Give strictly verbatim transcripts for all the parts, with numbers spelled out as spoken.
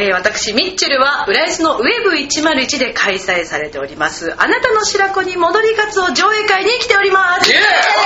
えー、私ミッチェルは浦安のウェブいちまるいちで開催されておりますあなたの白子に戻りガツオ上映会に来ております。イエーイ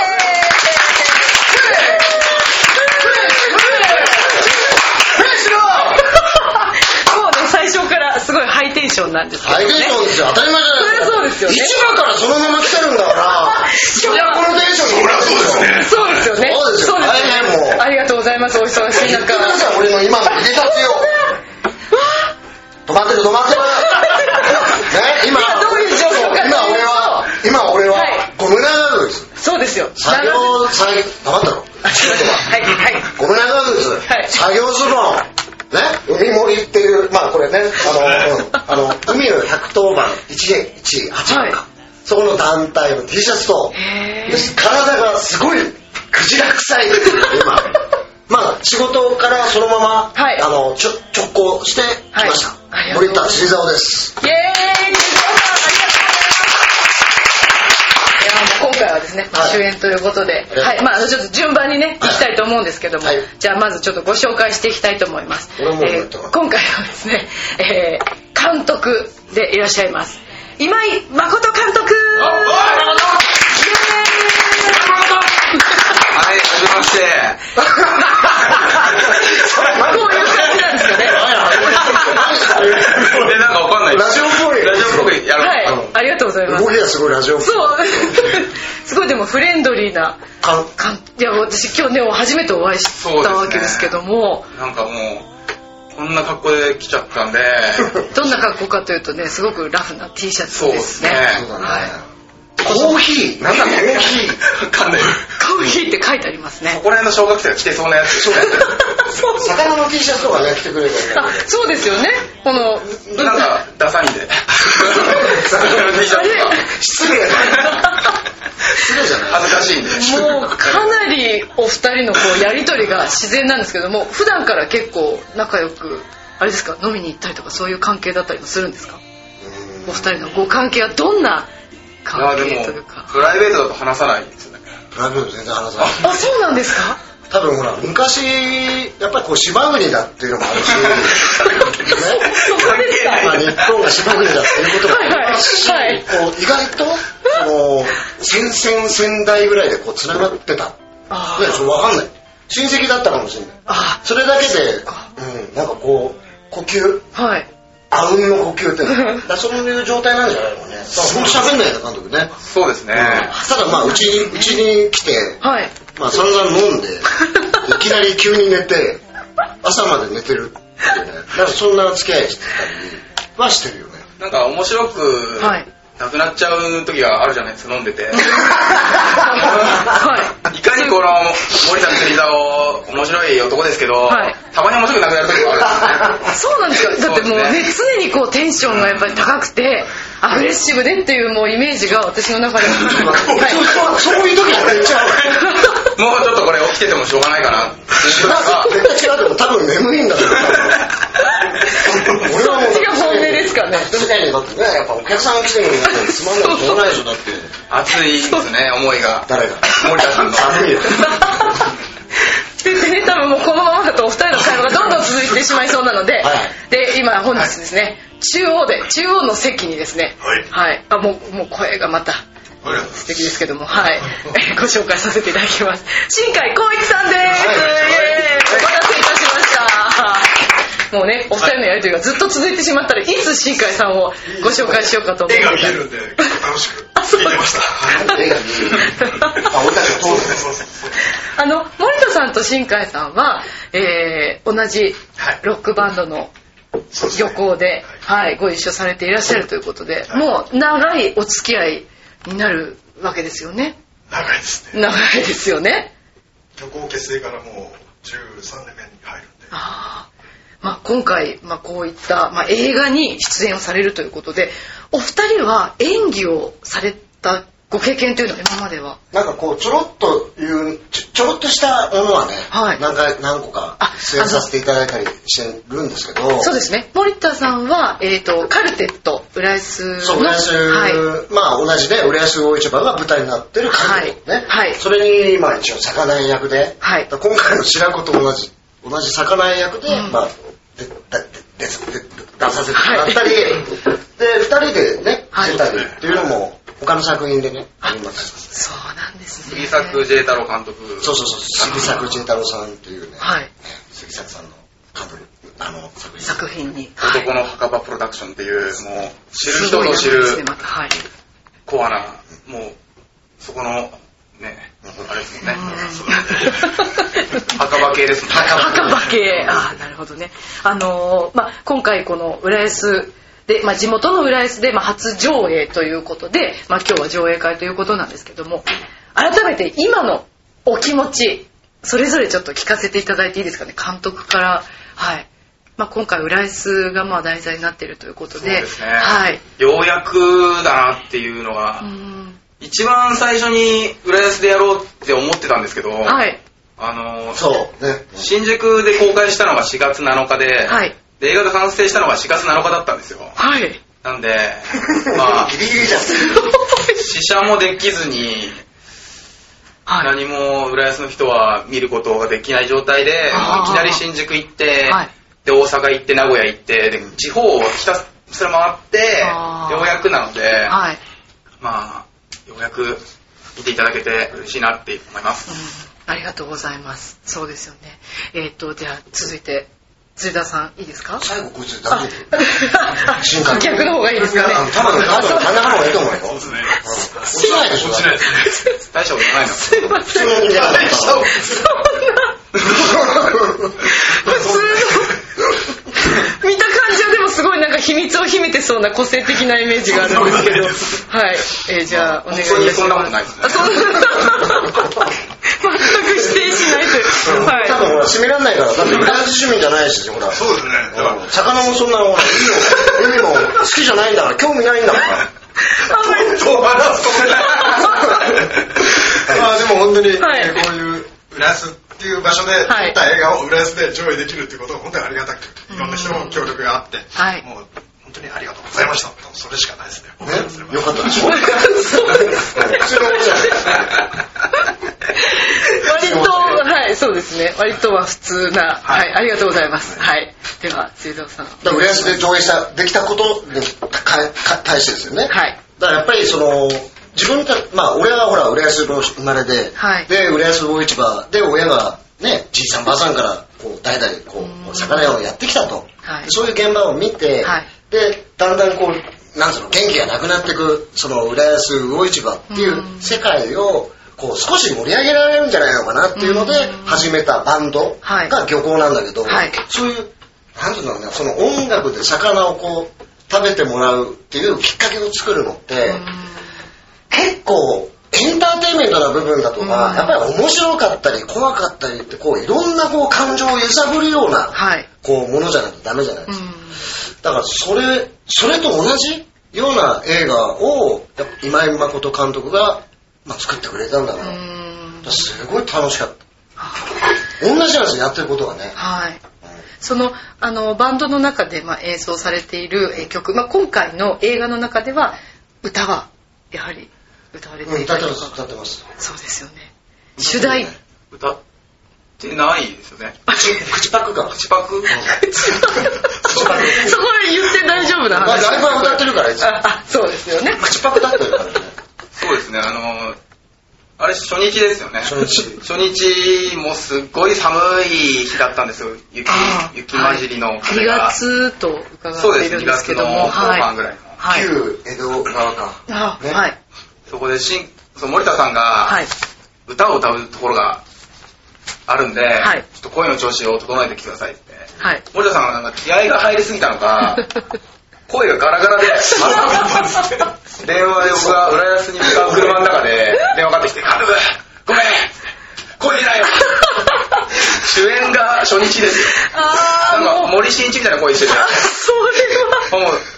もうね最初からすごいハイテンションなんですけどね。 ハイテンションですよ、当たり前じゃないですか。 そうですよね。 市場からそのまま来てるんだからそりゃこのテンションに。 そうですよね。そうですよね。大変もうありがとうございます。お忙しい中。 俺の今の入れたてよ。止まってる止まってる。ね、今どういう状況か。 今俺は今俺はゴム長靴。 そうですよ。 作業作業黙ったろ。 はいはい。 ゴム長靴。作業ズボン。ね、海森っていうまあこれねあの、うん、あの海のひゃくとおばんいちいちはちばんか、はい、そこの団体の T シャツと体がすごいクジラ臭い今まあ仕事からそのまま、はい、あのちょ直行してきました、はい、森田千里沢です。 イエーイ。今回はですね、はい、主演ということで、はい、まあちょっと順番にねいきたいと思うんですけども、はい、じゃあまずちょっとご紹介していきたいと思います。えー、今回はですね、えー、監督でいらっしゃいます今井誠監督。 はい、はじめまして。 こういう感じなんですよね。 え、なんかわかんない。 ラジオっぽい。 ラジオっぽいやる。 はい、ありがとうございます。 動きがすごいラジオっぽい。 そう。すごいでもフレンドリーな。かん、かん、いや私今日ね初めてお会いしたわけですけども。 ね、なんかもうこんな格好で来ちゃったんで。 どんな格好かというとねすごくラフな T シャツですね。 そうだね。はい。コーヒーなんだコーヒーわかんない。 コーヒーって書いてありますね。 ここら辺の小学生が着てそうなやつ。そう魚の T シャツとかね着てくれるからね。 そうですよね。このなんかダサいんで。魚の T シャツが失礼。失礼じゃない。 恥ずかしいんで。 もうかなりお二人のこうやり取りが自然なんですけども、普段から結構仲良くあれですか飲みに行ったりとかそういう関係だったりもするんですか。お二人のご関係はどんな関係というか。 プライベートだと話さないんですよね。 プライベート全然話さない。 あ、そうなんですか。 多分ほら昔やっぱりこう島国だっていうのもあるし、ね、まあ日本が島国だっていうこともありますし、はいはいはい、こう意外とその先々先代ぐらいでこうつながってた。ああ。いやそれわかんない。親戚だったかもしれない。ああ。それだけで、うん、なんかこう呼吸。はい。あうんの呼吸ってだそういう状態なんじゃないのね。ほんと喋んないよ監督ね。 そうですね。 ただまあうちにうちに来て、はい、まあ散々飲んでいきなり急に寝て朝まで寝てるってね。だからそんな付き合いしてたりはしてるよね。 なんか面白く、はい、なくなっちゃう時があるじゃないですか飲んでて。はい。いかにこの森田釣り座を面白い男ですけど、はい、たまに面白くなくなる時もあるんですね。 そうなんですよ。だってもうね常にこうテンションがやっぱり高くてアグレッシブでっていうもうイメージが私の中で。はい、 そういう時はめっちゃ。 もうちょっとこれ起きててもしょうがないかな。 絶対違うでも多分眠いんだけど。 俺はもうそっちが本音ですかね。 確かにだってねやっぱお客さんが来てるのにつまんないとしょうがないでしょだって。 熱いですね思いが。 誰が。 森田さんの。 寒いよ。 でね多分もうこのままだとお二人の会話がどんどん続いてしまいそうなので、はい、で今本日ですね、はい、中央で中央の席にですね、はい、はい、あもうもう声がまた素敵ですけども、はい、ご紹介させていただきます。新海光一さんです。はい、イエーイ、お待たせいたしました。もうねお二人のやりとりがずっと続いてしまったらいつ新海さんをご紹介しようかと思って。 映画見えるんで楽しく聞いてました。映画見える。あ、俺たちが通るんです。 あの森田さんと新海さんは、えー、同じロックバンドの漁港で、はいはい、ご一緒されていらっしゃるということで、はい、もう長いお付き合いになるわけですよね。 長いですね。 長いですよね。 漁港結成からもうじゅうさんねんめに入るんで。 あ、まあ、今回、まあ、こういった、まあ、映画に出演をされるということでお二人は演技をされたご経験というのは今まではなんかこうちょろっというちょ、ちょろっとしたものはね、はい、何回何個か出演させていただいたりしてるんですけど。 そうですね。森田さんは、えー、とカルテット浦安のそう浦安、はい、まあ同じで浦安魚市場が舞台になってるカルテットね、はいはい、それにまあ一応魚役で、はい、今回の白子と同じ同じ魚役で、うん、まあ、で出させてもらったり、はい、でふたりでね出たりっていうのも他の作品でねあります。 そうなんですね。 杉作 J 太郎監督。 そうそうそう、杉作 J 太郎さんっていうね、 はい、 杉作さんの監督あの作品作品に、 男の墓場プロダクションっていう、もう知る人ぞ知るコアな、もうそこのね、あれですもんね。墓場系ですもんね。 墓場系、ああなるほどね。あのー、まあ今回この浦安で、まあ、地元の浦安で、まあ、初上映ということで、まあ、今日は上映会ということなんですけども、改めて今のお気持ちそれぞれちょっと聞かせていただいていいですかね、監督から。はい、まあ、今回浦安がまあ題材になっているということで、そうですね、はい、 ようやくだなっていうのが、うん、一番最初に浦安でやろうって思ってたんですけど、はい、あのーそうね、 新宿で公開したのがしがつなのかで、はい、で映画が完成したのがしがつなのかだったんですよ。 はい。 なんで、まあ、ギリギリじゃん。試写もできずに、はい、何も浦安の人は見ることができない状態で、いきなり新宿行って、はい、で大阪行って名古屋行って、で地方をひたすら回って、ようやくなので、はい、まあようやく見ていただけて嬉しいなって思います。 うん、ありがとうございます。そうですよね。えっとじゃあ続いて。辻田さんいいですか。 最後こいつ大丈夫。瞬間逆の方がいいですかね。 多分多分真ん中の方がいいと思うよ。そうですね。落ちないでしょ。 落ちないですね。大したことないな。 すいません。大したことない。そんな。普通の見た感じはでもすごいなんか秘密を秘めてそうな個性的なイメージがあるんですけど、はい。えー、じゃあお願いします。 本当にそんなことないですね。 全く否定しないという。 はい。多分ほら閉めらんないから。だって浦安市民じゃないし、ほら。 そうですね。 魚もそんなほら海も好きじゃないんだから興味ないんだから。 そう話すとこない。 まあでも本当にこういう浦安っていう場所で撮った映画を浦安で上映できるっていうことは本当にありがたくて、いろんな人の協力があって、もう本当にありがとうございました。それしかないですね。 ね、よかったでしょ。 割とはいそうですね。割とは普通な、はい、ありがとうございます。はい。では水道さん。 浦安で上映したできたことに対してですよね。はい。だからやっぱりその自分たまあ俺はほら浦安の生まれで、はい、で浦安魚市場で親がねじいさんばあさんからこう代々こう魚屋をやってきたと、はい、そういう現場を見て、はい、でだんだんこうなんつうの元気がなくなっていくその浦安魚市場っていう世界をこう少し盛り上げられるんじゃないのかなっていうので始めたバンドが漁港なんだけど、はい、そういうなんていうのかな、その音楽で魚をこう食べてもらうっていうきっかけを作るのって結構エンターテインメントな部分だとか、やっぱり面白かったり怖かったりってこういろんなこう感情を揺さぶるようなこうものじゃないとダメじゃないですか。だからそれそれと同じような映画を今井誠監督がまあ作ってくれたんだから、すごい楽しかった。同じなんですよ、やってることがね。 はい。そのあのバンドの中でまあ演奏されている曲、まあ、今回の映画の中では歌はやはり歌われていたりとか、うん、歌ってます、歌ってます。そうですよね。主題歌ってないですよね。 口パクか。 口パク。口パク。 そこで言って大丈夫な話。 まあライブは歌ってるからいつも。 あ、そうですよね。 口パクだってるからね。 そうですね。あのあれ初日ですよね。 初日。 初日もすっごい寒い日だったんですよ。雪雪混じりの風が。にがつと伺っているんですけども、 そうです。にがつの後半ぐらいの。 はい、旧江戸川か。 あ、ね、はい。 そこでしんその森田さんが歌を歌うところがあるんで、はい、ちょっと声の調子を整えてきてくださいって。はい、森田さんがなんか気合が入りすぎたのか。声がガラガラで電話で僕が浦安に向かう車の中で電話かかってきて「監督ごめん声出ないよ」主演が初日ですよ。あなんか森進一みたいな声してて、 それはもう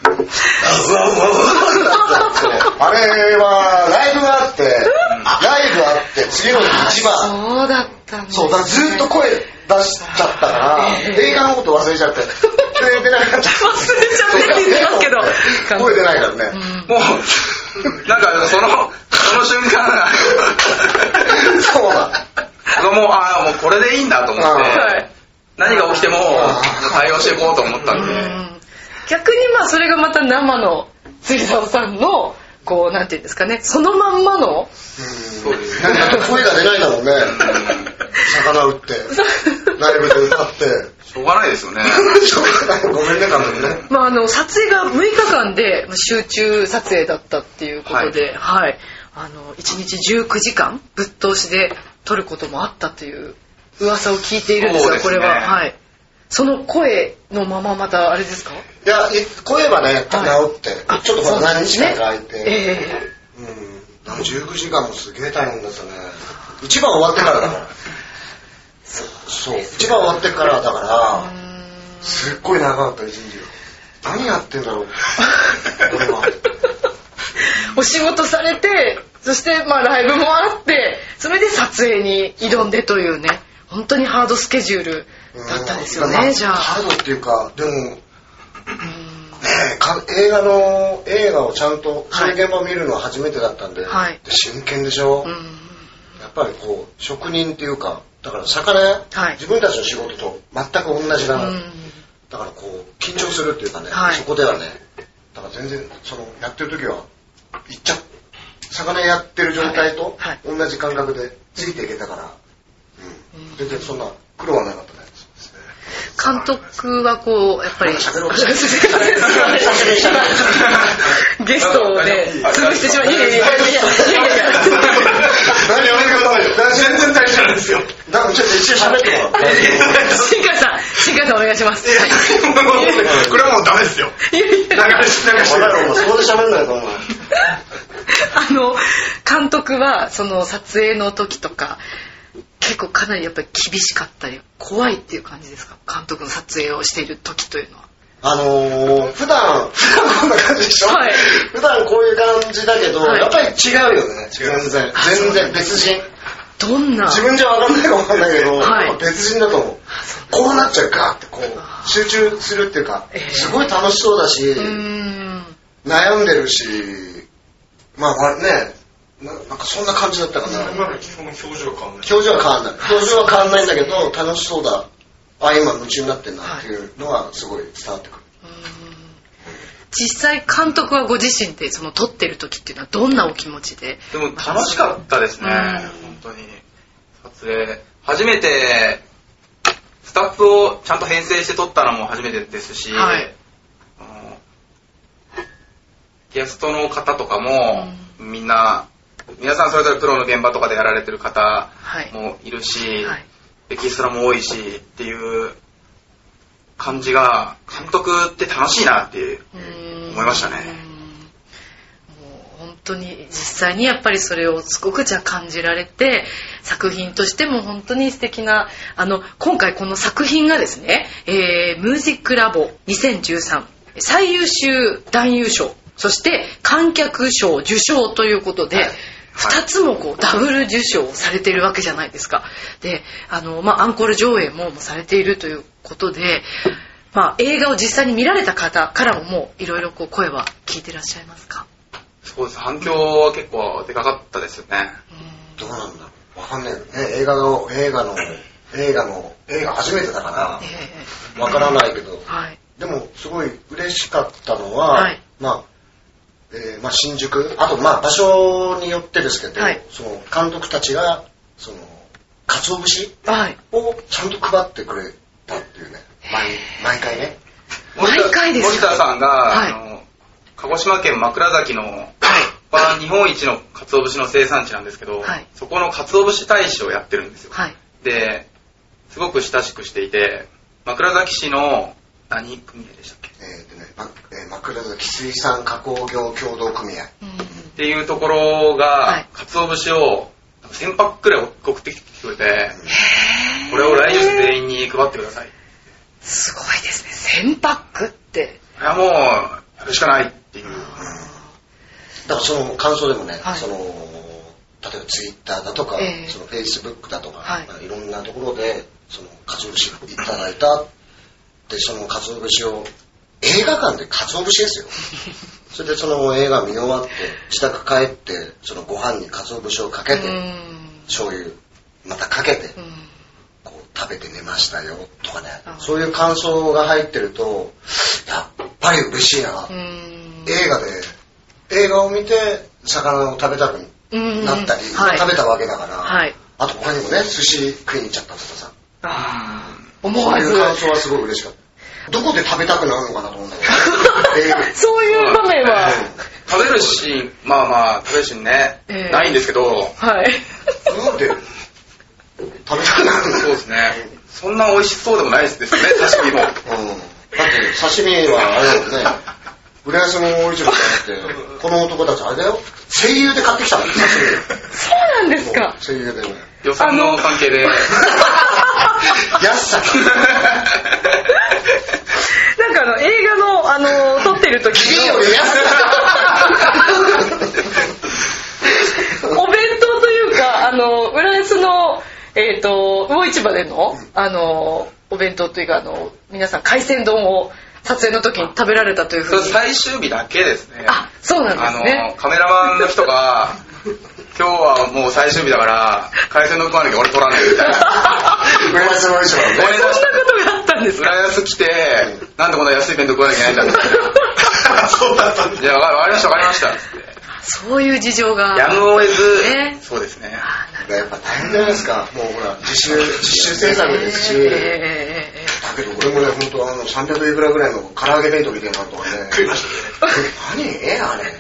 あれはライブがあって、うん、ライブあって次の日一番そうだったんですね。 そうだずっと声出しちゃったから、えー、映画のこと忘れちゃって出なくなっちゃった。 忘れちゃって聞いてますけど声出ないからね、 うん、もうなんかそのその瞬間そうだもうああもうこれでいいんだと思って、はい、 何が起きても対応していこうと思ったんで、 逆にまあそれがまた生の釣沢さんのこうなんていうんですかね、そのまんまの、うん、 そうですね、声が出ないんだもんね魚打ってライブで歌ってしょうがないですよねしょうがない、ごめんね監督ね。 まああの撮影がむいかかんで集中撮影だったっていうことで、はい、はい、あのいちにちじゅうくじかんぶっ通しで撮ることもあったという噂を聞いているんですが、これは、はい、その声のまままたあれですか？ いや、声はね、治って、はい、ちょっとほら何日間か空いて、 えー、うん、じゅうくじかんもすげえ大変だったね。一番終わってからだからそう、一番終わってからだからすっごい長かった一日。何やってんだろう俺はお仕事されて、そしてまあライブもあって、それで撮影に挑んでというね、本当にハードスケジュールだったんですよね、まあ、じゃあ。 ハードっていうか、でも、ねえ、か映画の、映画をちゃんと、そういう現場を見るのは初めてだったんで、はい、で真剣でしょ、うん、やっぱりこう、職人っていうか、だから魚屋、はい、自分たちの仕事と全く同じだな、うん、だからこう、緊張するっていうかね、はい、そこではね、だから全然、その、やってる時は、行っちゃう。魚やってる状態と同じ感覚でついていけたから、うん、全然そんな苦労はなかったね。 監督はこうやっぱりゲストをね潰してしまう。いやいやいやいやいや全然大事なんですよ。 だからちょっと一緒に喋ってもらって。 新海さん、新海さんお願いします。 これはもうダメですよ。流し流し。 そこで喋んないと思う。 あの監督はその撮影の時とか結構かなりやっぱり厳しかったり怖いっていう感じですか？監督の撮影をしている時というのは。 あのー、普段普段こんな感じでしょ、はい、普段こういう感じだけど、はい、やっぱり違うよね。全然全然別人。 どんな自分じゃ分かんないか分かんないけど、はい、別人だと思う。こうなっちゃうかってこう集中するっていうか、すごい楽しそうだし、うーん悩んでるし、まあね、な, なんかそんな感じだったかな。 基本表情は変わんない。 表情は変わんない。表情は変わんないんだけど楽しそうだ。あ、今夢中になってんなっていうのはすごい伝わってくる。 うん、実際監督はご自身でその撮ってる時っていうのはどんなお気持ちで？ でも楽しかったですね。本当に撮影初めてスタッフをちゃんと編成して撮ったのも初めてですし。はい、ゲストの方とかも、うん、みんな皆さんそれぞれプロの現場とかでやられてる方もいるし、はい、エキストラも多いしっていう感じが監督って楽しいなって思いましたね。 もう本当に実際にやっぱりそれをすごくじゃあ感じられて、作品としても本当に素敵なあの今回この作品がですね、えー、ムージックラボにせんじゅうさん最優秀男優賞、そして観客賞受賞ということで、はい、ふたつもこうダブル受賞されているわけじゃないですか。で、あの、まあ、アンコール上映もされているということで、まあ、映画を実際に見られた方からももういろいろこう声は聞いてらっしゃいますか？ そうです。反響は結構でかかったですよね。 どうなんだろう。わかんないよね。映画の映画の映画の映画初めてだからわからないけど、はい、でもすごい嬉しかったのは、はい、まあ。えーまあ、新宿、あとまあ場所によってですけど、はい、その監督たちがその鰹節をちゃんと配ってくれたっていうね、毎, 毎回ね毎回ですか。 森田さんが、はい、あの鹿児島県枕崎の、はい、は日本一の鰹節の生産地なんですけど、はい、そこの鰹節大使をやってるんですよ、はい、ですごく親しくしていて、枕崎市の何組合でしたっけ？ えーとねまえー、枕崎水産加工業協同組合、うん、 っていうところが、はい、鰹節をせんパックくらい送ってきてくれて、うん、これを来場者全員に配ってください。 すごいですね、せんパックって。 いやもうやるしかないっていう、うん、だからその感想でもね、はい、その例えばツイッターだとか、えー、そのフェイスブックだとか、はい、いろんなところでその鰹節いただいたで、その鰹節を映画館で鰹節ですよ。それでその映画見終わって自宅帰ってそのご飯に鰹節をかけて醤油またかけてこう食べて寝ましたよとかね、そういう感想が入ってるとやっぱり嬉しいな。映画で映画を見て魚を食べたくなったり、はい、食べたわけだから、はい、あと他にもね寿司食いに行っちゃったとかさ、あ思わずそういう感想はすごい嬉しかった。どこで食べたくなるのかなと思うんだけどそういう場面は、 食べるシーンまあまあ食べるシーンね、えー、ないんですけど、 はいなんで食べたくなるの？ そうですね。そんな美味しそうでもないですね、刺身も。うん、だって刺身はあれだよね。浦安の大市場じゃなくて、この男たちあれだよ。声優で買ってきたの。 そうなんですか。 声優でね。 予算の関係で。 安さか。 なんかあの映画のあの撮ってる時に。お弁当というかあの浦安の。えーと、魚市場での、あのお弁当というかあの皆さん海鮮丼を撮影の時に食べられたというふうに。 最終日だけですね。 あ、そうなんですね。 あのカメラマンの人が今日はもう最終日だから海鮮丼食わなきゃ俺取らないみたいな。 浦安魚市場ね。 そんなことがあったんですか。 浦安来てなんでこんな安い弁当食わなきゃいけないんだって。そうだったんです。いや、わかりましたわかりましたって。 そういう事情がやむを得ず、えー、そうですね。 やっぱ大変じゃないですか。もうほら自主自主制作ですし、えー、だけど俺もね本当あのさんびゃくいくらぐらいの唐揚げ弁当みたいなのとかね食いましたね。 何えあれ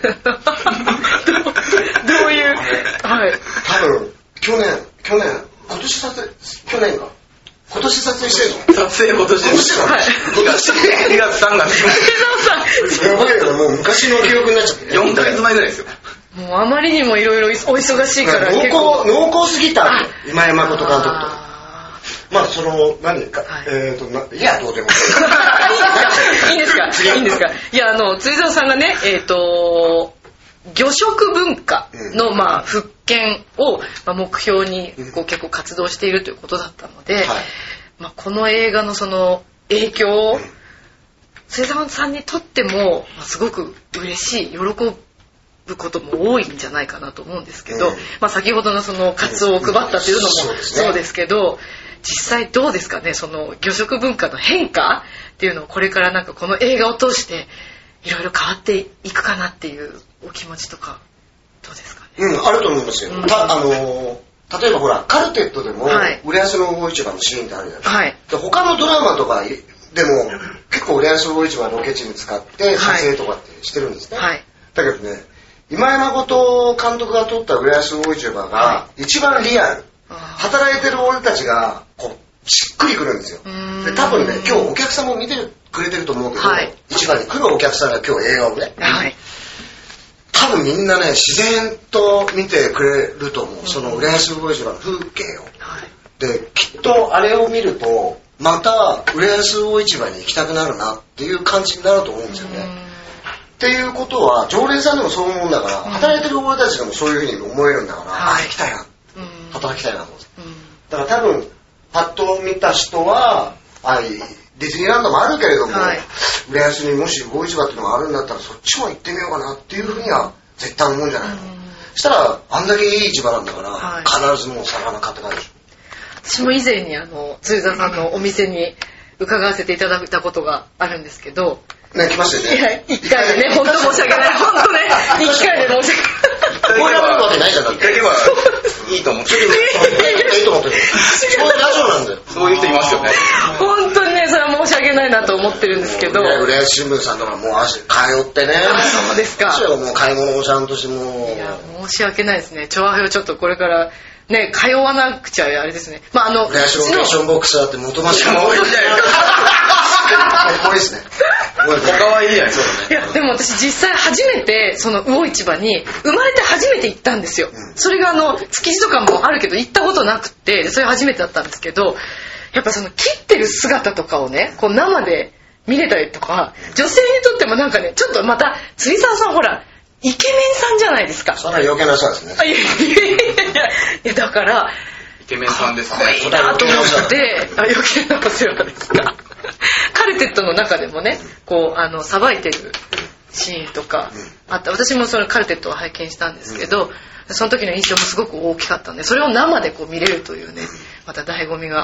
どういうはい多分去年去年今年撮影去年か今年撮影してるの？ 撮影今年です。はい。にがつにがつさんがつ。 やばいよ、もう昔の記憶になっちゃって。 よんかげつまえぐらいですよ。 もうあまりにもいろいろお忙しいから濃厚濃厚すぎた今井誠監督と。まあその何か、はい、えっ、ー、とないやどうでもいいですかいいんですか。いやあの釣沢さんがねえっ、ー、と魚食文化の、まあ、復権を、まあ、目標にこう結構活動しているということだったので、はいまあ、この映画のその影響を釣沢さんにとっても、まあ、すごく嬉しい喜ぶことも多いんじゃないかなと思うんですけど、うんまあ、先ほどのそのカツオを配ったというのもそうですけど、実際どうですかねその魚食文化の変化っていうのをこれからなんかこの映画を通していろいろ変わっていくかなっていうお気持ちとかどうですかね。 うんあると思いますよ。うん、たあのー、例えばほらカルテットでも、はい、浦安の魚市場のシーンってあるじゃないですか。はい、で他のドラマとかでも結構浦安の魚市場ロケ地に使って撮影とかってしてるんですね。はい、だけどね今井誠監督が撮った浦安魚市場が一番リアル。働いてる俺たちがこうしっくりくるんですよ。で多分ね今日お客さんも見てくれてると思うけど、はい、一番に来るお客さんが今日映画をね、はい、多分みんなね自然と見てくれると思う、うん、その浦安魚市場の風景を、はい、できっとあれを見るとまた浦安魚市場に行きたくなるなっていう感じになると思うんですよね。っていうことは常連さんでもそう思うんだから、うん、働いてる俺たちでもそういうふうに思えるんだから、はい、行きたいな働きたいなと思って、うん、だから多分パッと見た人はあディズニーランドもあるけれども、はい、浦安にもし魚市場っていうのがあるんだったらそっちも行ってみようかなっていうふうには絶対思うんじゃないの、うん、そしたらあんだけいい市場なんだから、はい、必ずもう魚買って帰るでしょ。 私も以前にあの鶴沢さんのお店に伺わせていただいたことがあるんですけどね来ましたよね。 いや一回でね本当申し訳ない本当ね一回で申し訳ない。 こういうわけないじゃんだって。 いいと思ってる。 いいと思ってる。そういうラジオなんだよ。 そういう人いますよね。 本当にねそれは申し訳ないなと思ってるんですけど。 浦安新聞さんとかもう足通ってね。 あそうですか。 もう買い物もちゃんとしてもう。 いや申し訳ないですね。調和表ちょっとこれからね通わなくちゃあれですね。まああの。 浦安ロケーションボックスだって元町も多いんだよ。多いですね。 他はいいじゃないそうだね。 いやでも私実際初めてその魚市場に生まれて初めて行ったんですよ。うん、それがあの築地とかもあるけど行ったことなくてそれ初めてだったんですけどやっぱその切ってる姿とかをねこう生で見れたりとか女性にとってもなんかねちょっとまた釣沢さんほらイケメンさんじゃないですか。 そんな余計な人ですね。 いやいやいやいやだからイケメンさんですね。 いいなと思って余計なお世話ですか。カルテットの中でもねこうあのさばいてるシーンとかあった私もそのカルテットを拝見したんですけどその時の印象もすごく大きかったんでそれを生でこう見れるというねまた醍醐味が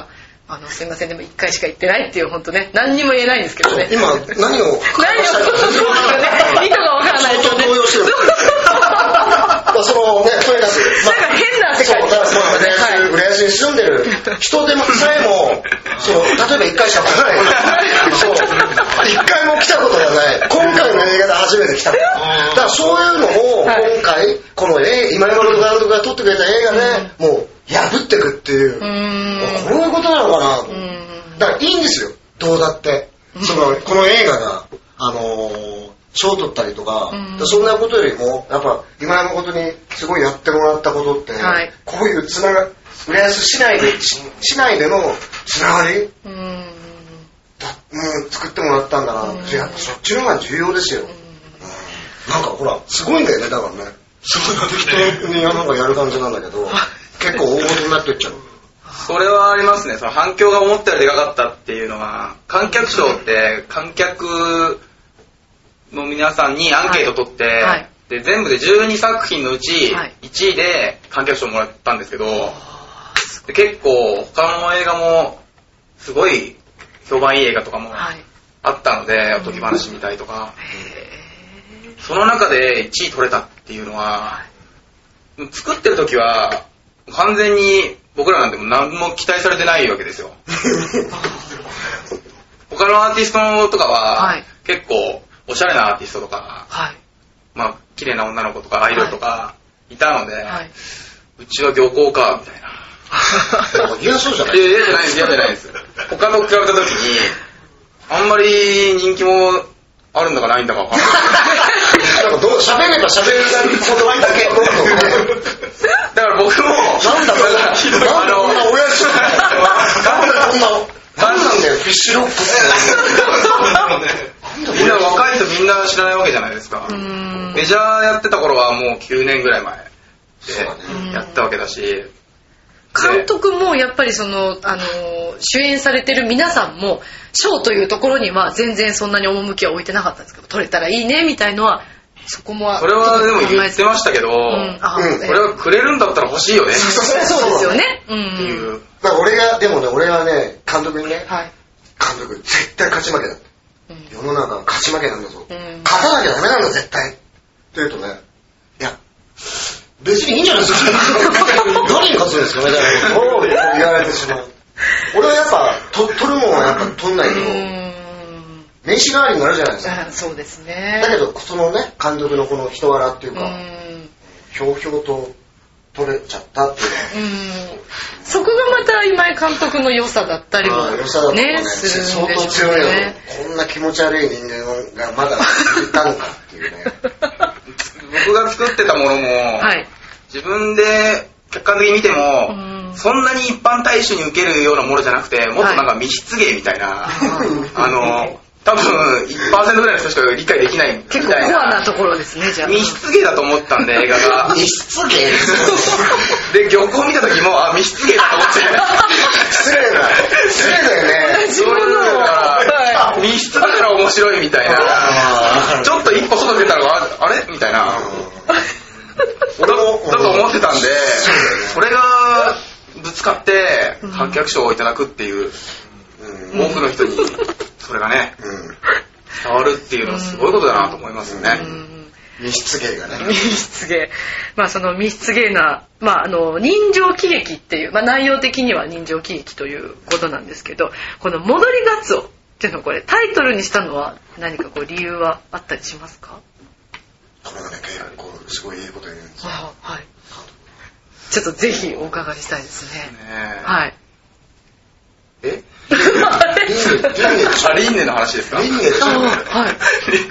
あのすいませんでもいっかいしか行ってないっていう本当ね何にも言えないんですけどね。 今何を何を何を意図がわからないとね。 動揺してる。そのねとにかくなんか変な世界に。 浦安に住んでる人でもさえもその例えばいっかいしか来ない。そういっかいも来たことがない。今回の映画で初めて来た。だからそういうのを今回この今山の監督が撮ってくれた映画でもう破ってくっていう。こういうことなのかな。だからいいんですよ。どうだってそのこの映画があのー賞を取ったりとか、うん、そんなことよりもやっぱ今山誠にすごいやってもらったことって、はい、こういうつなが浦安市内で市内でのつながり、うん、だうん、作ってもらったんだな、うん、やっぱそっちの方が重要ですよ、うんうん、なんかほらすごいんだよねだからね適当になんかやる感じなんだけど結構大事になってっちゃう。 それはありますね。その反響が思ったよりでかかったっていうのは観客賞って観客の皆さんにアンケート取って、はいはい、で全部でじゅうにさく品のうちいちいで観客賞もらったんですけど、で結構他の映画もすごい評判いい映画とかもあったので、はい、おとぎ話みたいとか、うん、その中でいちい取れたっていうのは、はい、作ってる時は完全に僕らなんても何も期待されてないわけですよ。他のアーティストとかは、はい、結構おしゃれなアーティストとか、はい、まあ綺麗な女の子とかアイドルとかいたので、はいはい、うちは漁港かみたいな。 なんか嫌そうじゃない？ いや嫌じゃないです嫌じゃないです。他の比べた時にあんまり人気もあるんだかないんだか分からない。 なんかどう喋れば喋ることだけどんどんね。 だから僕もなんだろうなんだこんな親父なんだこんななんなんだよフィッシュロックって。 みんな若い人みんな知らないわけじゃないですか。メジャーやってた頃はもうきゅうねんぐらい前でやったわけだし、 監督もやっぱりその、あの主演されてる皆さんも賞というところには全然そんなに趣は置いてなかったんですけど、撮れたらいいねみたいのはそこもそれはでも言ってましたけど、うん、あ、うん、これはくれるんだったら欲しいよね。 そうですよね。うん、 っていう。だから俺がでもね俺はね監督にね、はい、監督絶対勝ち負けだって。世の中は勝ち負けなんだぞ、うん、勝たなきゃダメなんだ絶対って言うとね、いや別にいいんじゃないですか何に勝つんですかみたいなことを言われてしまう。俺はやっぱと取るもんはやっぱ取んないと名刺代わりになるじゃないですか。 そうですね。 だけどそのね監督のこの人柄っていうかひょうひょうと取れちゃったっていうのは、 そこがまた今井監督の良さだったりもねするんでしょうね。 相当強いよ。こんな気持ち悪い人間がまだいたのかっていうね。 僕が作ってたものも、はい、自分で客観的に見ても、そんなに一般大衆に受けるようなものじゃなくて、もっとなんか密室芸みたいな、はい、あの多分 いちパーセント ぐらいの人しか理解できないみたいな。 結構コアなところですね。じゃあ密室芸だと思ったんで映画が。 密室芸で漁港見た時もあ密室芸だと思って。 失礼だ失礼だよね。 そういうのが密室だから面白いみたいな。ちょっと一歩外出たらあれみたいな。俺もだと思ってたんで、それがぶつかって観客賞をいただくっていう、うん、多くの人にそれがね、うん、伝わるっていうのはすごいことだなと思いますよね。うん、 密室芸がね。 密室芸、まあその密室芸な、まああの人情喜劇っていう、まあ内容的には人情喜劇ということなんですけど、この戻りガツオっていうのをこれタイトルにしたのは何かこう理由はあったりしますか？ これがね結構すごいいいこと言うんですよ。 あ、はい。ちょっとぜひお伺いしたいですね。ねはい。 え？あ、輪廻の話ですか？ 輪廻でしょ。 はい。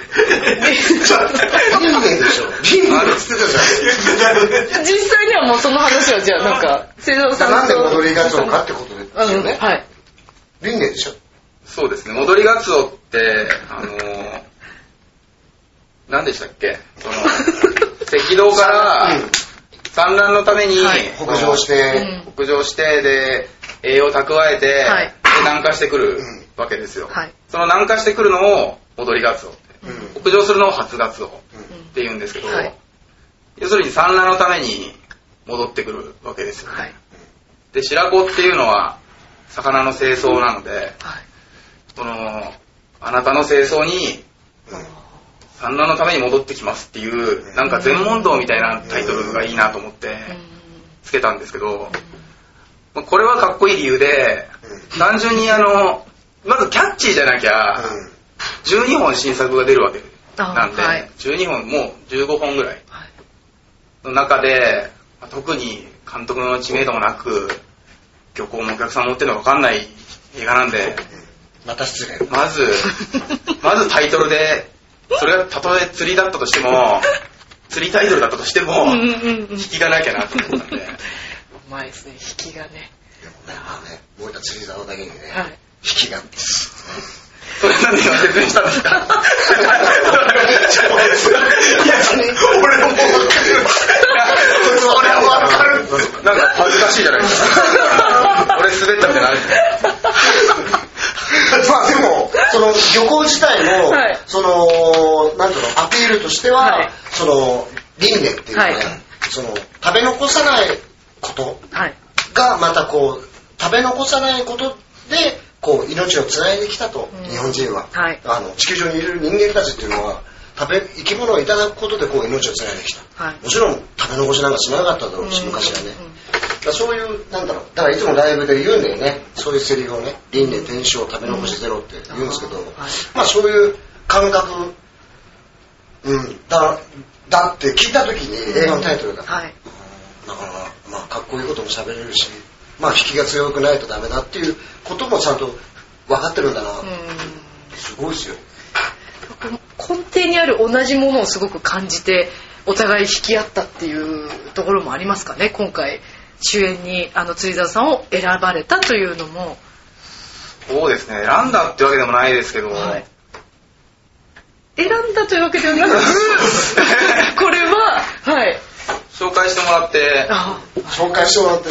輪廻でしょ。輪廻って言ってたじゃん。 実際にはもうその話はじゃあなんか清蔵さんなんで戻りガツオかってことですよね。 うん、はい。 輪廻でしょ。 そうですね。戻りガツオってあのー、何でしたっけ？その赤道から産卵のために、はい、 北上して、 うん、北上してで栄養を蓄えて、はい、で南下してくるわけですよ、はい、その南下してくるのを戻りガツオって、うん、北上するのを初ガツオって言うんですけど、うんはい、要するに産卵のために戻ってくるわけですよね、はい、で白子っていうのは魚の清掃なので、はい、そのあなたの清掃に産卵のために戻ってきますっていうなんか全問答みたいなタイトルがいいなと思ってつけたんですけど、これはかっこいい理由で、単純にあのまずキャッチーじゃなきゃじゅうにほん新作が出るわけなんで、はい、じゅうにほんもうじゅうごほんぐらいの中で、特に監督の知名度もなく漁港もお客さん持ってるのか分かんない映画なんで、 また失礼。 まずまずタイトルで、それがたとえ釣りだったとしても釣りタイトルだったとしても引きがなきゃなと思ったんで。うまいですね、引きがね。 でもね、まあね、もう一回釣り竿だけにね、はい、引きがです。 それなんで今説明したんですか？いや、俺も分かる。俺は分かる。なんか恥ずかしいじゃないですか。俺滑ったみたいなある。 まあでもその漁港自体の、はい、そのなんていうのアピールとしては、はい、その輪廻っていうかね、はい、その食べ残さないことがまたこう食べ残さないことでこう命をつないできたと、うん、日本人は、はい、あの地球上にいる人間たちっていうのは食べ生き物をいただくことでこう命をつないできた、はい、もちろん食べ残しなんかしなかっただろうし、うん、昔はね、うん、だそういうなんだろう、だからいつもライブで言うんだよね、そういうセリフをね、輪廻転生食べ残しゼロって言うんですけど、うん、まあそういう感覚、うん、だだって聞いた時に映画のタイトルが、うん、はい、だからまあかっこいいことも喋れるし、まあ引きが強くないとダメだっていうこともちゃんと分かってるんだな、うん、すごいですよ。 根底にある同じものをすごく感じてお互い引き合ったっていうところもありますかね。今回主演にあの釣り竿さんを選ばれたというのも。 そうですね、選んだってわけでもないですけど、はい、 選んだというわけではなくこれは、はい、 紹介してもらって紹介してもらって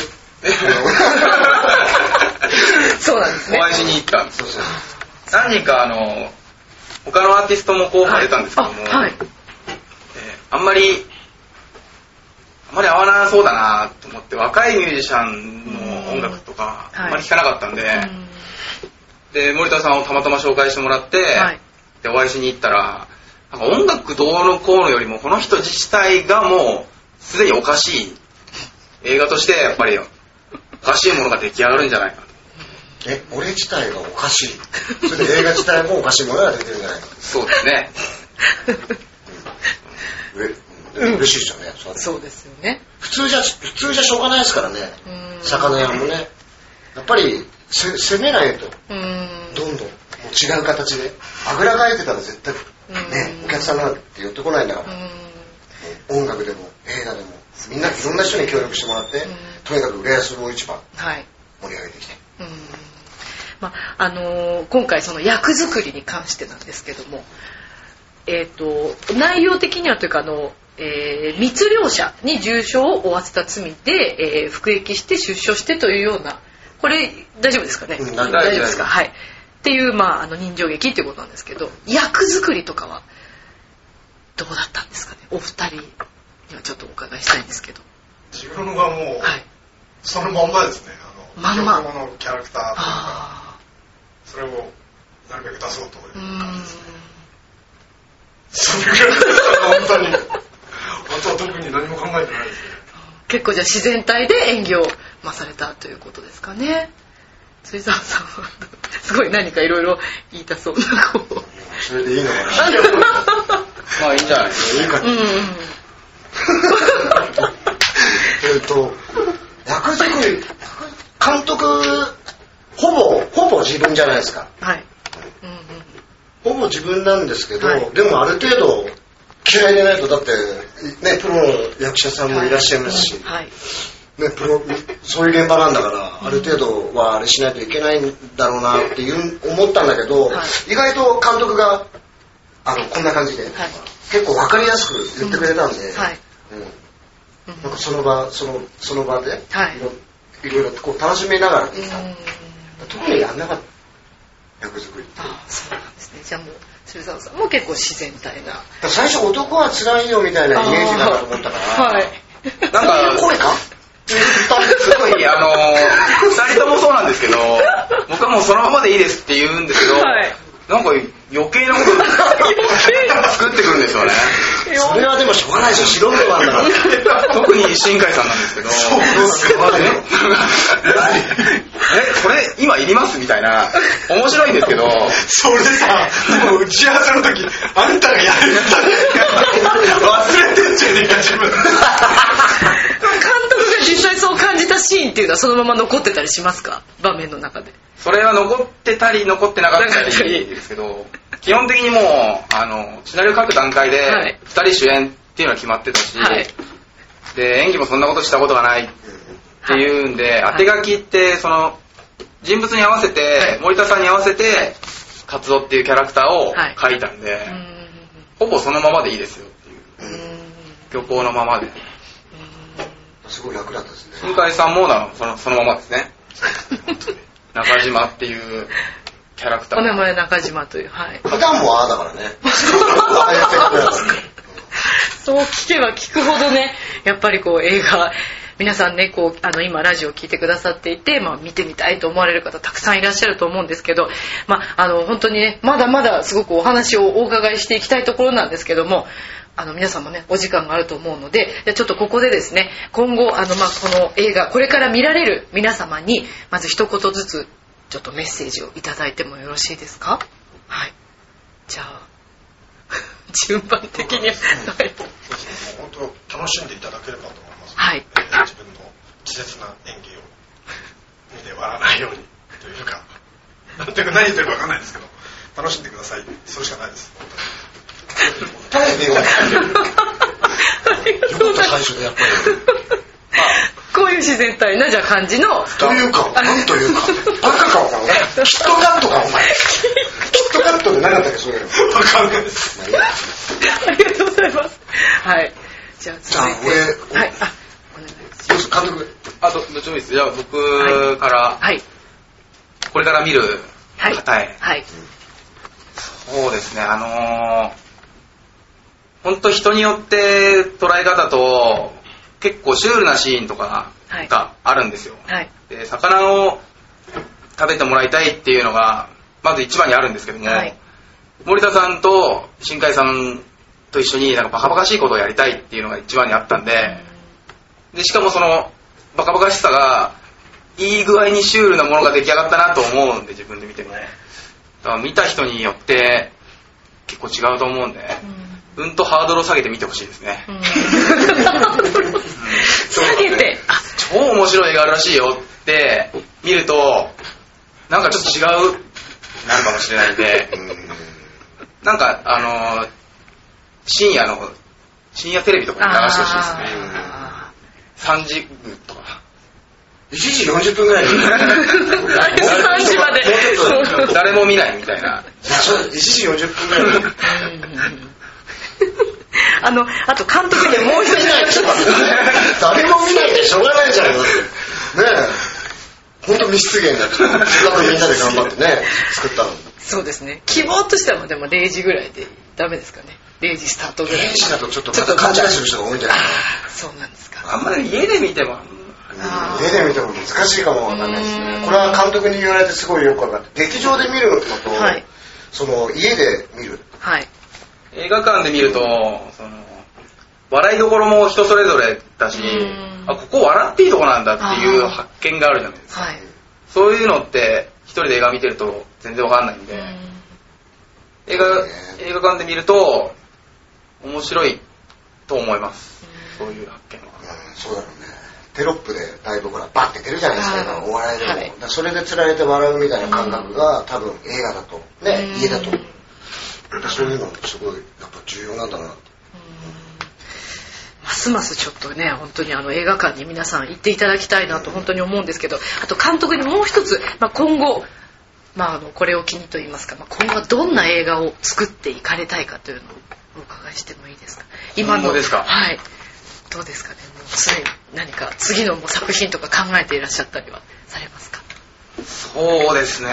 そうなんですね、 お会いしに行ったんです。何人かあの他のアーティストも候補出たんですけども、はいはい、えー、あんまりあんまり合わなそうだなと思って、若いミュージシャンの音楽とかあんまり聴かなかったんで、はい、で森田さんをたまたま紹介してもらって、はい、でお会いしに行ったら、なんか音楽どうのこうのよりもこの人自体がもうすでにおかしい映画としてやっぱりおかしいものが出来上がるんじゃないかと。 え、俺自体がおかしい。それで映画自体もおかしいものが出てるんじゃないか。 そうですね。 うん、嬉しいですよね。 そう、そうですよね。 普通じゃ普通じゃしょうがないですからね。魚屋もね、やっぱりせ攻めないとどんどんもう違う形であぐらかいてたら絶対ね、お客さんなんて寄ってこないんだから。音楽でも映画でもみんないろんな人に協力してもらって、とにかく浦安魚市場盛り上げてきて。うん、 まああのー、今回その役作りに関してなんですけども、えー、と内容的にはというかあの、えー、密漁者に重傷を負わせた罪で、えー、服役して出所してというような、これ大丈夫ですかね、うん、大丈夫ですか、はい、っていう、まあ、あの人情劇っていうことなんですけど、役作りとかはどうだったんですかね。お二人にはちょっとお伺いしたいんですけど。 自分はもう、はい、そのまんまですね。 まんまのキャラクターとかそれをなるべく出そうという感じですね。それぐらい本当に本当は特に何も考えてないですね。 結構じゃあ自然体で演技をまされたということですかね。釣り竿さんはすごい何かいろいろ言いたそうなこうそれでいいのかなまあいいんじゃないですか。いいかな、うん、 えっと役作り監督ほぼほぼ自分じゃないですか、はい、うんうん、ほぼ自分なんですけど、はい、でもある程度嫌いでないと、だってねプロの役者さんもいらっしゃいますし、はいね、プロそういう現場なんだから、うん、ある程度はあれしないといけないんだろうなっていう思ったんだけど、はい、意外と監督があのこんな感じで、はい、結構分かりやすく言ってくれたんで、うんはい、うん、なんかその場そのその場で、はい、いろいろこう楽しみながらできた。特にやんなかった役作りって。 ああ、そうなんですね。じゃあもう鶴澤さんも結構自然体な。 最初男は辛いよみたいなイメージだなと思ったから。はい。 なんか声か？ すごいあのー、 ふたりともそうなんですけど、僕はもうそのままでいいですって言うんですけど、はい、なんか余計なこと作ってくるんですよね。 それはでもしょうがないですよ、素人なんだから。 特に新海さんなんですけど、そうですよね。え、これ今いりますみたいな、面白いんですけど、 それさ、もう打ち合わせの時、あんたがやるんだ忘れてんじゃねえか、自分。監督が実際そう感じたシーンっていうのはそのまま残ってたりしますか、場面の中で。 それは残ってたり残ってなかったりですけど、基本的にもうあのシナリオ書く段階でふたり主演っていうのは決まってたし、はい、で演技もそんなことしたことがないっていうんで、はい、当て書きってその人物に合わせて、はい、森田さんに合わせて活動っていうキャラクターを書いたんで、はい、ほぼそのままでいいですよっていう、虚構のままで。 すごい楽だったですね。 新海さんもなそのそのままですね。中島っていうキャラクター。 お名前中島という、はい。 普段もああだからね。 そう聞けば聞くほどね、やっぱりこう映画、皆さんね、こうあの今ラジオを聞いてくださっていて、まあ、見てみたいと思われる方たくさんいらっしゃると思うんですけど、まあ、あの本当にね、まだまだすごくお話をお伺いしていきたいところなんですけども、あの皆さんもねお時間があると思うので、ちょっとここでですね、今後あの、まあ、この映画これから見られる皆様にまず一言ずつちょっとメッセージをいただいてもよろしいですか。はい、じゃあ順番的には本当楽しんでいただければと思います、 はい、 えー、自分の稚拙な演技を見て笑わないようにというか、なんていうか何言ってるか分かんないですけど、楽しんでください、それしかないです。 誰でよかった最初でやっぱりこういう自然体なじゃ感じのというか、なんというかバカかお前キットカットかお前キットカットで何だったっけ、それ分かんないです。 ありがとうございます。はい、じゃあじゃあ俺、はい、あ、お願いします。監督、 あとどっちもいいです。じゃあ僕から、はい、これから見る方へ、はいはい、そうですね、あのー本当人によって捉え方と結構シュールなシーンとかがあるんですよ、はい、で魚を食べてもらいたいっていうのがまず一番にあるんですけども、はい、森田さんと新海さんと一緒になんかバカバカしいことをやりたいっていうのが一番にあったんで、でしかもそのバカバカしさがいい具合にシュールなものが出来上がったなと思うんで、自分で見てもだから見た人によって結構違うと思うんで、うんうんとハードルを下げて見てほしいですね、うん、 下げて超面白い映画あるらしいよって見るとなんかちょっと違うなるかもしれないんでなんかあのー、深夜の深夜テレビとかに流してほしいですね。さんじとかいちじよんじゅっぷんぐらいにさんじまで誰も見ないみたいな。 いちじよんじゅっぷんぐらいにあのあと監督でもう一人誰も見ないでしょうがないじゃんねえ、本当密室芸になってみんなで頑張ってね作ったの。 そうですね、希望としてはでもれいじぐらいでダメですかね。れいじスタートぐらい。 れいじだとちょっとまた勘違いする人が多いんじゃないかな。 そうなんですか。 あんまり家で見ても家で見ても難しいかもわかんないですね。これは監督に言われてすごいよく分かって、劇場で見るのと、はい、その家で見る、 はい、 映画館で見るとその笑いどころも人それぞれだし、あここ笑っていいとこなんだっていう発見があるじゃないですか、はい、そういうのって一人で映画見てると全然わかんないんで、ん映画、映画館で見ると面白いと思います。そういう発見は、 うん、そうだろうね。テロップでだいぶほらバッて出るじゃないですか、お笑いでも、はい、だそれでつられて笑うみたいな感覚が多分映画だとね、家だとそういうのすごいやっぱ重要なんだなって。 ますますちょっとね本当にあの映画館に皆さん行っていただきたいなと本当に思うんですけど、あと監督にもう一つ、まあ、今後、まあ、あのこれを機にといいますか、まあ、今後はどんな映画を作っていかれたいかというのをお伺いしてもいいですか。 今のですか。 はい、どうですかね。もうすでに何か次のもう作品とか考えていらっしゃったりはされますか。 そうですね、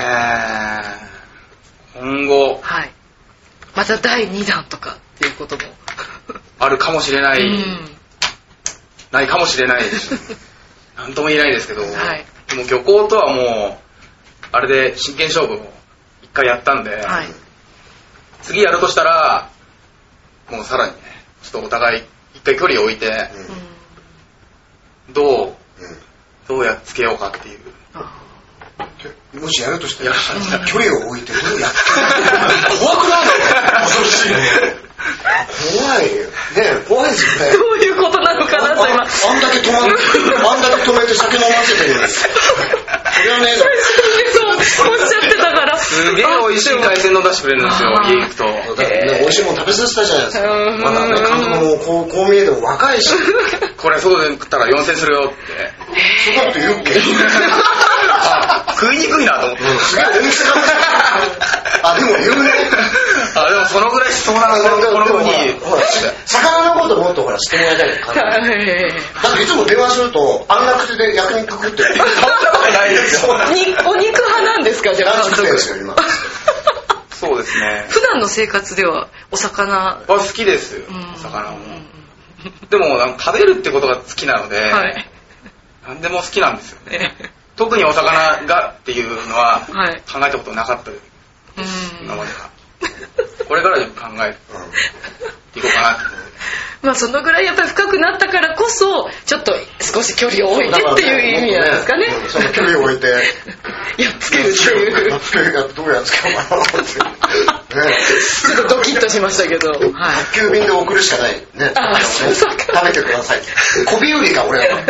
今後、 はい、まただいにだんとかっていうこともあるかもしれない、うん、ないかもしれないなんとも言えないですけど、はい、 もう漁港とはもうあれで真剣勝負を一回やったんで、はい、次やるとしたらもうさらにねちょっとお互い一回距離を置いて、うん、どう、うん、どうやっつけようかっていう。 もしやるとしたら距離を置いてどうやって怖くないの恐ろしいね。怖いね、怖いですよね。 どういうことなのかなと今。 あんだけ止まってあんだけ止めて酒飲ませてるのに。それはね。 そうおっしゃってたから。 すげえ美味しい海鮮丼出してくれるんですよ。家行くと。 だってね美味しいもの食べさせたじゃないですか。まだね監督もこうこう見えても若いし。 これそうで食ったらよんせんするよって。 そんなこと言うっけ。 食いにくいなと思って。 すげえお店が。あでも言うね。 あでもそのぐらいそうなのこの風に魚のこともっとほら知ってもらいたいって感じ。だっていつも電話すると安楽亭で焼肉食ってる。そんなことないですよ。 お肉派なんですかじゃあ監督ですよ今。 そうですね。 普段の生活ではお魚は好きですよ。お魚も。でもなんか食べるってことが好きなので、はい、何でも好きなんですよね。特にお魚がっていうのは考えたことなかったです。今までは。これからでも考えていこうかなって。 まあそのぐらいやっぱり深くなったからこそちょっと少し距離を置いてっていう意味なんですかね。 その距離を置いてやっつけるっていう。 やっつけるどうやっつけようかなって。 ちょっとドキッとしましたけど。 宅急便で送るしかないね。食べてください。小日売か俺は。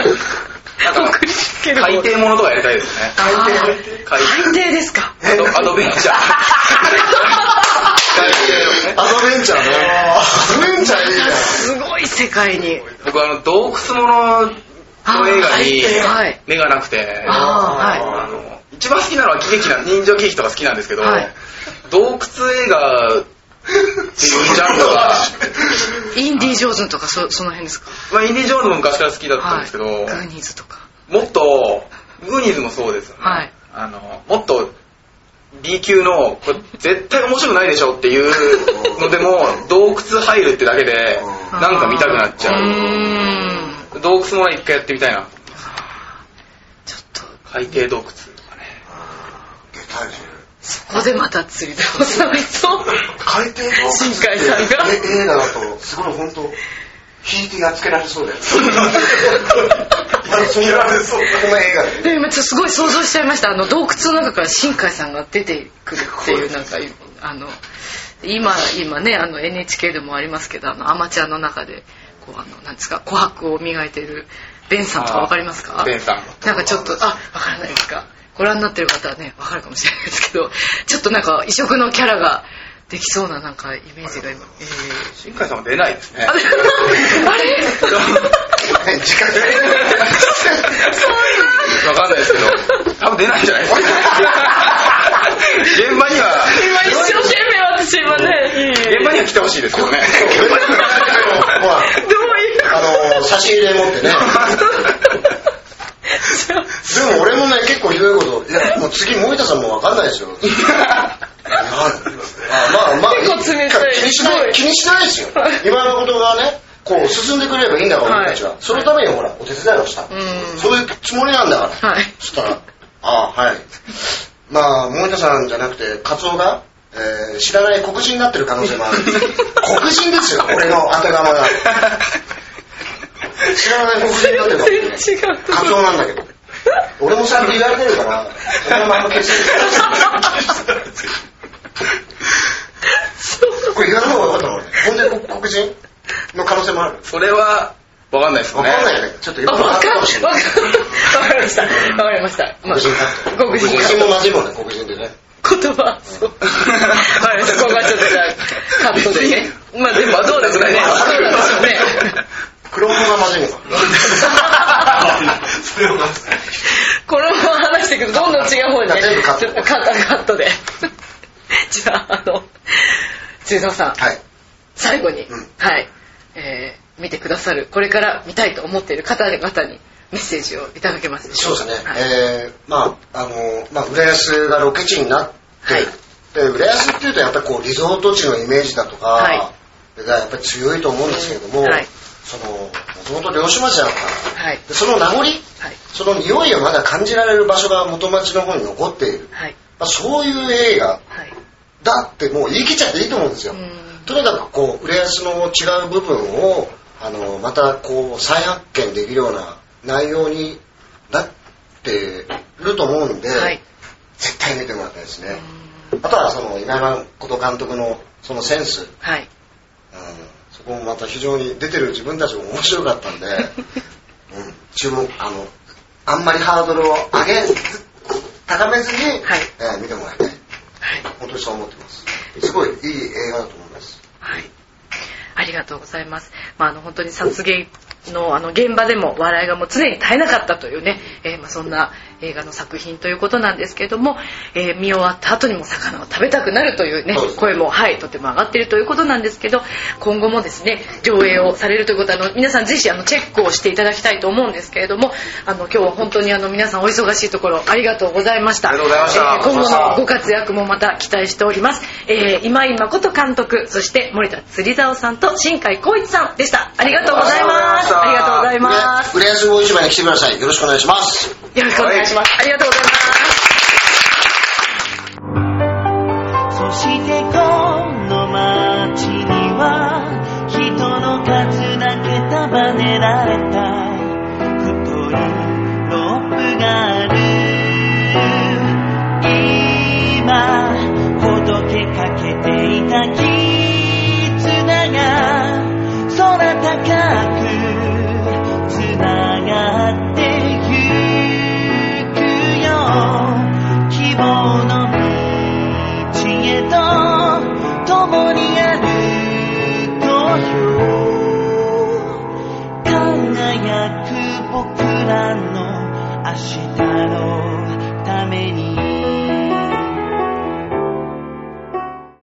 海底ものとかやりたいですね。 海底ですか。 アドベンチャー。 アドベンチャーね。アドベンチャーいいじゃん。 すごい世界に。 僕あの洞窟ものの映画に目がなくて、あの一番好きなのは喜劇な人情喜劇とか好きなんですけど、洞窟映画っていうジャンルがインディ・ジョーンズとか そ, その辺ですか。 まあインディ・ジョーンズも昔から好きだったんですけど、はい、 グーニーズとかもっとグーニーズもそうですよね、はい、あのもっと B 級のこれ絶対面白くないでしょっていうのでも洞窟入るってだけでなんか見たくなっちゃう。洞窟もの一回やってみたいな。ちょっと海底洞窟とかね。 そこでまた釣りで収まりそう。 海底洞窟新海さんが映画だとすごい本当引いてやっつけられそうだよ。そんなそうこの映画で、ね。 今ちょっとすごい想像しちゃいました。あの洞窟の中から新海さんが出てくるっていうなんかあの今今ねあの エヌエイチケー でもありますけどあのアマチュアの中でこうあのなんですか琥珀を磨いているベンさんとかわかりますか？ ベンさん。 なんかちょっとあわからないですか。ご覧になってる方はねわかるかもしれないですけどちょっとなんか異色のキャラができそうななんかイメージが今、えー、新海さんも出ないですね。あれ時間わかんないですけど多分出ないんじゃないですか。現場には今一生懸命私今ね現場には来てほしいですけどね。 ほらあの差し入れ持ってね。でも俺もね結構ひどいこといやもう次森田さんも分かんないですよ。あまあまあ結構冷たい気にしない気にしないですよ。今のことがねこう進んでくれればいいんだから俺たちは、はい、そのためにほらお手伝いをした、うん、そういうつもりなんだから、はい、そしたらああはいまあ森田さんじゃなくてカツオが、えー、知らない黒人になってる可能性もある。黒人ですよ俺の当て釜が。知らない黒人になってるかもしれない。カツオなんだけど俺もさっき言われてるからそのまま消す。これ言わない方が分かったの俺本当に黒人の可能性もある。 それは分かんないですね。 分かんないよね。ちょっとよく分かったかもしれない。 分かりました分かりました。 黒人カット黒人も同じもんね黒人でね言葉そう分かりました。ここはちょっとじゃあカットでね。まあでもそうですね。そうなんですよね。 黒物がまずいのか。 それをこのまま話していくとどんどん違う方にね全部カットちょっとカットカットでじゃああの辻澤さん、はい、最後に、うん、はい、えー、見てくださるこれから見たいと思っている方々にメッセージをいただけますでしょうか。 そうですね、はい、えー、まああのまあ浦安がロケ地になって、はい、で浦安っていうとやっぱりこうリゾート地のイメージだとか、はい、がやっぱり強いと思うんですけれども、うんはい、 そのもともと漁師町だった、はい、でその名残、はい、その匂いをまだ感じられる場所が元町の方に残っている、はい、まあ、そういう映画だってもう言い切っちゃっていいと思うんですよ。とにかくこう浦安の違う部分をあのまたこう再発見できるような内容になってると思うんで、はい、絶対見てもらいたいですね。あとはその今山琴監督のそのセンス、はい、うん、そこもまた非常に出てる自分たちも面白かったんで、うん、注目あのあんまりハードルを上げ高めずに、はい、えー、見てもらいたい、はい、本当にそう思ってます。すごいいい映画だと思います。 はい、ありがとうございます。まあ、あの本当に殺芸のあの現場でも笑いがもう常に絶えなかったというね、えー、まあそんな映画の作品ということなんですけれども、えー、見終わった後にも魚を食べたくなるというね、声も、はい、とても上がっているということなんですけど、今後もですね上映をされるということはあの皆さんぜひあのチェックをしていただきたいと思うんですけれども、あの今日は本当にあの皆さんお忙しいところありがとうございました。 ありがとうございました。 えー、今後のご活躍もまた期待しております。えー、今井誠監督、そして森田釣竿さんと新海光一さんでした。ありがとうございます。ありがとうございます。 浦安魚市場に来てください。よろしくお願いします。 よろしくお願いします。はい、ありがとうございます。 そしてこの街には人の数だけ束ねられた太いロープがある。今ほどけかけていた絆が空高くつながってゆくよ。希望の道へと共に歩こうよ。輝く僕らの